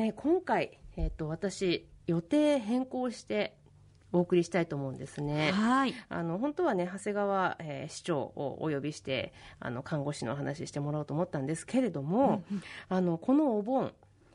今回、私予定変更してお送りしたいと思うんですね。 はい。 本当はね、長谷川、市長をお呼びして看護師の話してもらおうと思ったんですけれども、このお盆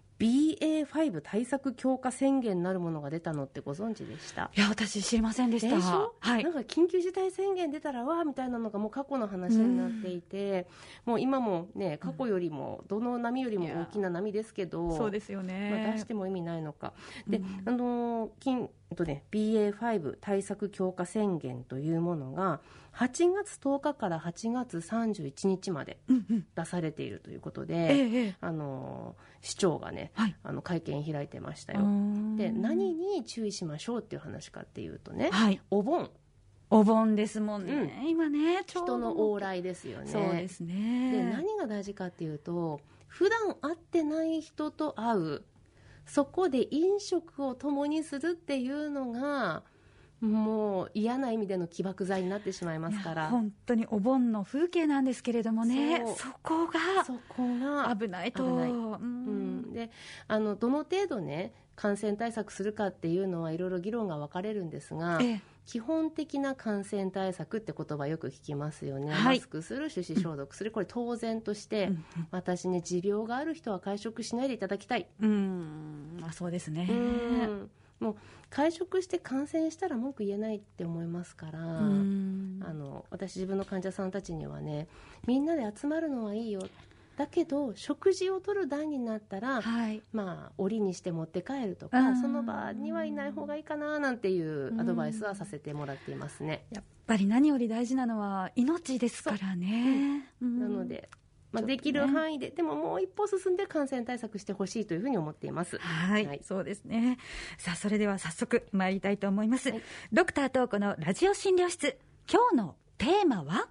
BA.5 対策強化宣言なるものが出たのってご存知でした？ いや、私知りませんでした。 でしょ？ はい。 なんか緊急事態宣言出たらわーみたいなのがもう過去の話になっていて、もう今もね、過去よりもどの波よりも大きな波ですけど、 そうですよね。 出しても意味ないのか。で、BA.5 対策強化宣言というものが8月10日から8月31日まで出されているということで、市長がね、 はい、 会見開いてましたよ。で、何に注意しましょうっていう話かっていうとね、 はい、 お盆ですもんね、今ね、ちょうど人の往来ですよね。 そうですね。 で、何が大事かっていうと、普段会ってない人と会う、そこで飲食を共にするっていうのがもう嫌な意味での起爆剤になってしまいますから。 本当にお盆の風景なんですけれどもね、そこが危ないと。 で、どの程度ね感染対策するかっていうのはいろいろ議論が分かれるんですが、基本的な感染対策って言葉よく聞きますよね。マスクする、手指消毒する、これ当然として、私ね、持病がある人は会食しないでいただきたい。 そうですね。 もう会食して感染したら文句言えないって思いますから、私自分の患者さんたちにはね、みんなで集まるのはいいよ、だけど食事をとる段になったら、折にして持って帰るとか、その場にはいない方がいいかななんていうアドバイスはさせてもらっていますね。 やっぱり何より大事なのは命ですからね。 なのでできる範囲で、でももう一歩進んで感染対策してほしいというふうに思っています。 はい、そうですね。さあ、それでは早速参りたいと思います。ドクター東子のラジオ診療室、今日のテーマは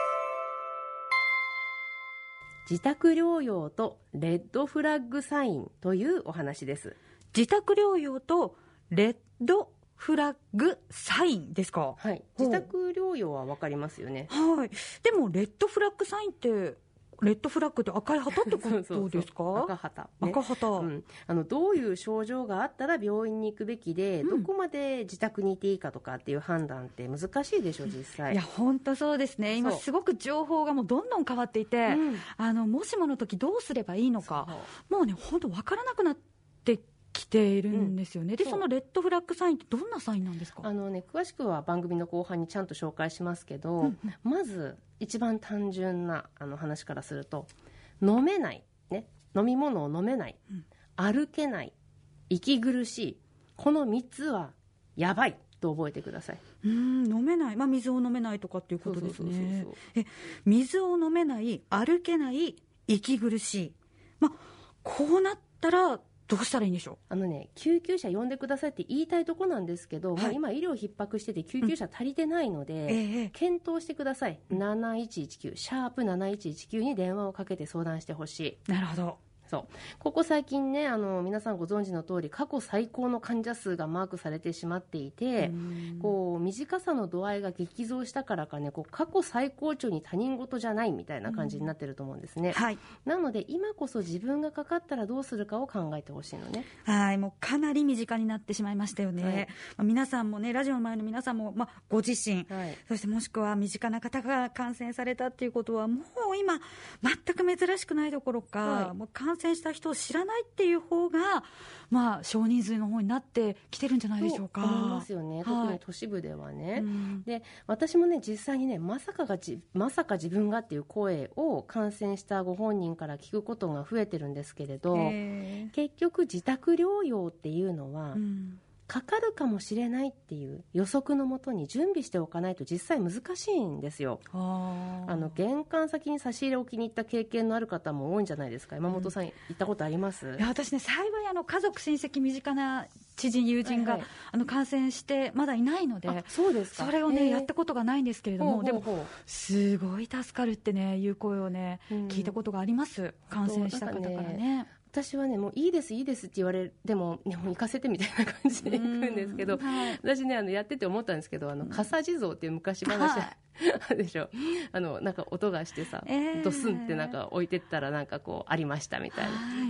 自宅療養とレッドフラッグサインというお話です。 自宅療養とレッドフラッグサインですか？ はい、自宅療養は分かりますよね。 はい。でもレッドフラッグサインってレッドフラッグって赤い旗ってことですか？ 赤旗、ね、 赤旗、 どういう症状があったら病院に行くべきで、どこまで自宅にいていいかとかっていう判断って難しいでしょ、実際。 いや、本当そうですね。今すごく情報がもうどんどん変わっていて、もしもの時どうすればいいのか、もうね、本当分からなくなってきているんですよね。で、そのレッドフラッグサインってどんなサインなんですか？ 詳しくは番組の後半にちゃんと紹介しますけど、まず一番単純な話からすると、飲めない、ね、飲み物を飲めない、歩けない、息苦しい、この3つはやばいと覚えてください。 飲めない、水を飲めないとかっていうことですね。水を飲めない、歩けない、息苦しい、こうなったらどうしたらいいんでしょう？ 救急車呼んでくださいって言いたいとこなんですけど、今医療逼迫してて救急車足りてないので、検討してください。7119シャープ7119に電話をかけて相談してほしい。 なるほど。 ここ最近ね、皆さんご存知の通り、過去最高の患者数がマークされてしまっていて、短さの度合いが激増したからかね、過去最高潮に他人事じゃないみたいな感じになってると思うんですね。なので今こそ自分がかかったらどうするかを考えてほしいのね。 もうかなり身近になってしまいましたよね。皆さんもね、ラジオの前の皆さんも、ご自身、そしてもしくは身近な方が感染されたっていうことは、もう今全く珍しくないどころか、もう感染した人を知らないっていう方が、少人数の方になってきてるんじゃないでしょうか。 思いますよね。特に都市部ではね。で、私もね、実際にね、まさか自分がっていう声を感染したご本人から聞くことが増えてるんですけれど、結局自宅療養っていうのは、かかるかもしれないっていう予測のもとに準備しておかないと実際難しいんですよ。玄関先に差し入れ置きに行った経験のある方も多いんじゃないですか。山本さん、行ったことあります？ いや、私ね、幸い家族親戚身近な知人友人が、感染してまだいないので、 そうですか。 それをね、やったことがないんですけれども、でもすごい助かるってね、いう声をね、聞いたことがあります。感染した方からね。 私はね、もういいですって言われても、もう行かせてみたいな感じで行くんですけど、私ね、やってて思ったんですけど、笠地蔵っていう昔話あるでしょ。なんか音がしてさ、ドスンってなんか置いてったらなんかありましたみたいな。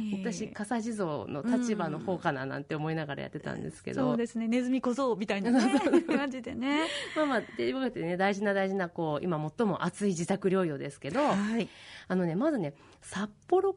私笠地蔵の立場の方かななんて思いながらやってたんですけど、 そうですね、ネズミ小僧みたいな、ね、感じでねということでね、大事な今最も熱い自宅療養ですけど、 はい、 まずね、札幌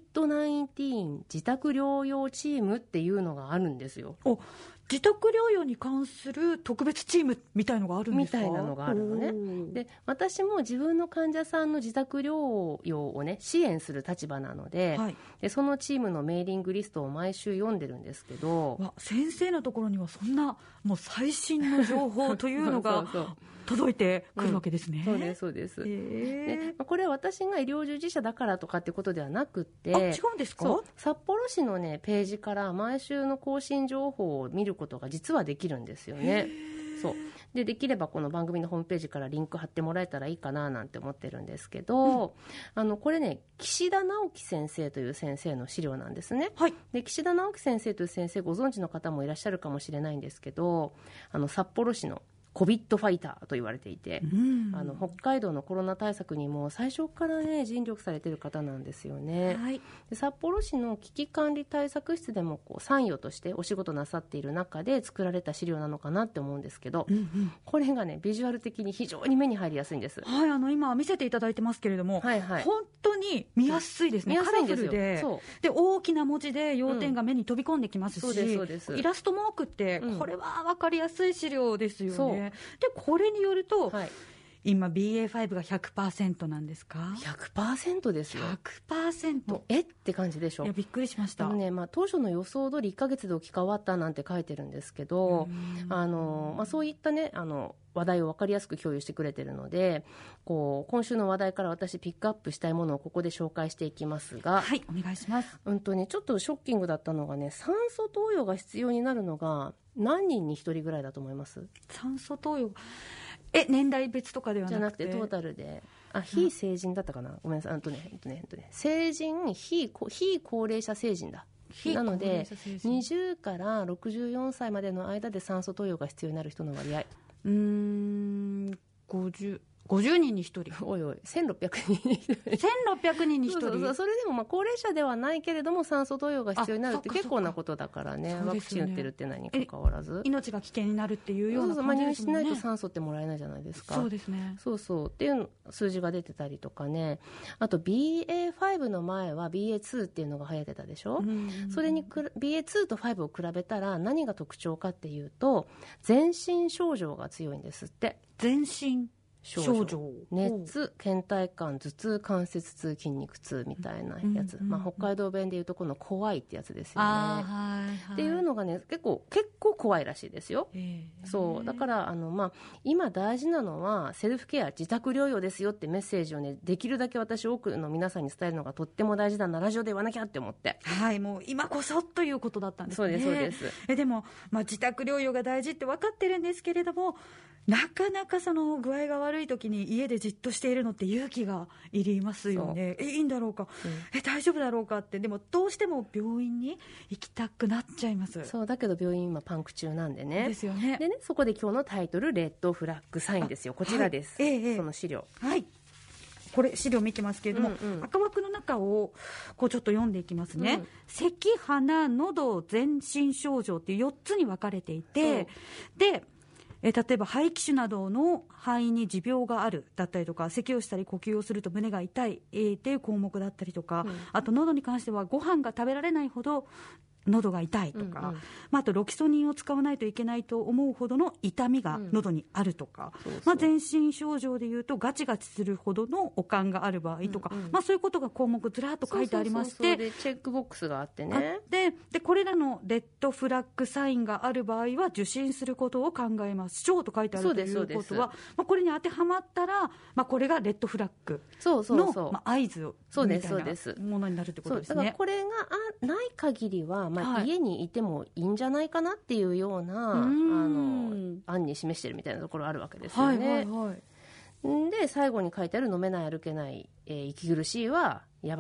COVID-19 自宅療養チームっていうのがあるんですよ。 自宅療養に関する特別チームみたいのがあるんですか？ みたいなのがあるのね。で、私も自分の患者さんの自宅療養をね支援する立場なので、はい、でそのチームのメーリングリストを毎週読んでるんですけど、 先生のところにはそんなもう最新の情報というのが届いてくるわけですね。 そうです。でこれは私が医療従事者だからとかってことではなくて、 違うんですか？ 札幌市のねページから毎週の更新情報を見ることが実はできるんですよね。できればこの番組のホームページからリンク貼ってもらえたらいいかななんて思ってるんですけど、これね、岸田直樹先生という先生の資料なんですね。はい、で岸田直樹先生という先生ご存知の方もいらっしゃるかもしれないんですけど、札幌市のCOVID ファイターと言われていて、北海道のコロナ対策にも最初からね尽力されている方なんですよね。はい、で札幌市の危機管理対策室でも参与としてお仕事なさっている中で作られた資料なのかなって思うんですけど、これがねビジュアル的に非常に目に入りやすいんです。 はい、今見せていただいてますけれども、本当に見やすいですね。カラフルで大きな文字で要点が目に飛び込んできますし、イラストも多くて、これは分かりやすい資料ですよね。でこれによると、今 BA.5 が 100% なんですか ？100% ですよ。 100%。 って感じでしょ。 いやびっくりしました。 当初の予想通り1ヶ月で置き換わったなんて書いてるんですけど、そういったね話題を分かりやすく共有してくれてるので、今週の話題から私ピックアップしたいものをここで紹介していきますが、 はい、お願いします。 ちょっとショッキングだったのがね、酸素投与が必要になるのが何人に1人ぐらいだと思います？ 酸素投与、年代別とかではなくて？じゃなくてトータルで、非成人だったかな、ごめんなさい、成人、非高齢者成人だ。なので20から64歳までの間で酸素投与が必要になる人の割合、50人に1人。おいおい、1600人に1人。 1600人に1人。 それでも高齢者ではないけれども酸素投与が必要になるって結構なことだからね。ワクチン打ってるって何にかかわらず命が危険になるっていうような感じですもんね。 入院しないと酸素ってもらえないじゃないですか。 そうですね。 そうっていう数字が出てたりとかね。あと BA.5 の前は BA.2 っていうのが流行ってたでしょ。それにBA.2 と5を比べたら何が特徴かっていうと、全身症状が強いんですって。 全身症状、 熱、倦怠感、頭痛、関節痛、筋肉痛みたいなやつ、北海道弁でいうとこの怖いってやつですよね。っていうのがね結構怖いらしいですよ。そうだから今大事なのはセルフケア、自宅療養ですよってメッセージをねできるだけ私多くの皆さんに伝えるのがとっても大事だな、ラジオで言わなきゃって思って。 はい、もう今こそということだったんですね。 そうです。 でも、自宅療養が大事って分かってるんですけれども、なかなかその具合が悪い時に家でじっとしているのって勇気がいりますよね。いいんだろうか、大丈夫だろうかって。でもどうしても病院に行きたくなっちゃいます。 そうだけど病院今パンク中なんでね。 ですよね。 でね、そこで今日のタイトル、レッドフラッグサインですよ。こちらです、その資料。 はい、これ資料見てますけれども、赤枠の中をちょっと読んでいきますね。咳、鼻、喉、全身症状っていう4つに分かれていて、で例えば肺気腫などの肺に持病があるだったりとか、咳をしたり呼吸をすると胸が痛いっていう項目だったりとか、あと喉に関してはご飯が食べられないほど喉が痛いとか、あとロキソニンを使わないといけないと思うほどの痛みが喉にあるとか、全身症状でいうとガチガチするほどの悪寒がある場合とか、そういうことが項目ずらっと書いてありまして、 でチェックボックスがあってね。 でこれらのレッドフラッグサインがある場合は受診することを考えましょうと書いてあるということは、これに当てはまったら、これがレッドフラッグの合図みたいなものになるってことですね。 だからこれがない限りは家にいてもいいんじゃないかなっていうような案に示してるみたいなところあるわけですよね。で最後に書いてある飲めない歩けない、息苦しいはやばいと、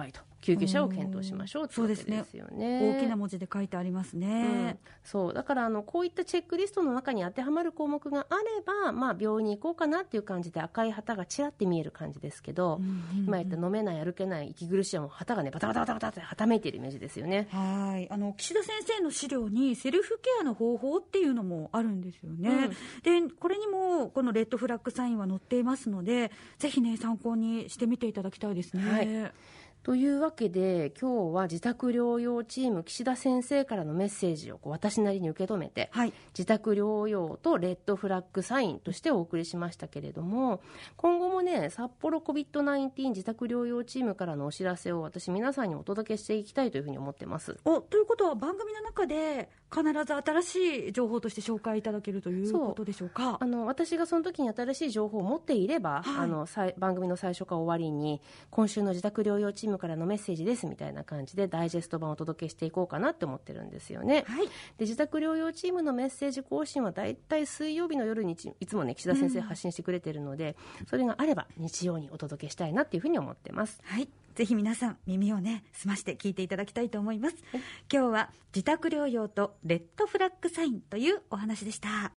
救急車を検討しましょうってことですよね。 大きな文字で書いてありますね。 そうだからこういったチェックリストの中に当てはまる項目があれば、病院に行こうかなっていう感じで赤い旗がちらって見える感じですけど、今言った飲めない歩けない息苦しいも旗がねバタバタバタバタってはためいているイメージですよね。 はい、岸田先生の資料にセルフケアの方法っていうのもあるんですよね。でこれにもこのレッドフラッグサインは載っていますので、ぜひね参考にしてみていただきたいですね。 というわけで今日は自宅療養チーム岸田先生からのメッセージを私なりに受け止めて、自宅療養とレッドフラッグサインとしてお送りしましたけれども、今後もね札幌 COVID-19 自宅療養チームからのお知らせを私皆さんにお届けしていきたいというふうに思ってます。 ということは番組の中で必ず新しい情報として紹介いただけるということでしょうか。 私がその時に新しい情報を持っていれば、番組の最初から終わりに今週の自宅療養チームからのメッセージですみたいな感じでダイジェスト版をお届けしていこうかなって思ってるんですよね。で自宅療養チームのメッセージ更新はだいたい水曜日の夜にいつもね岸田先生発信してくれてるので、それがあれば日曜にお届けしたいなっていうふうに思ってます。 ぜひ皆さん耳をね澄まして聞いていただきたいと思います。今日は自宅療養とレッドフラッグサインというお話でした。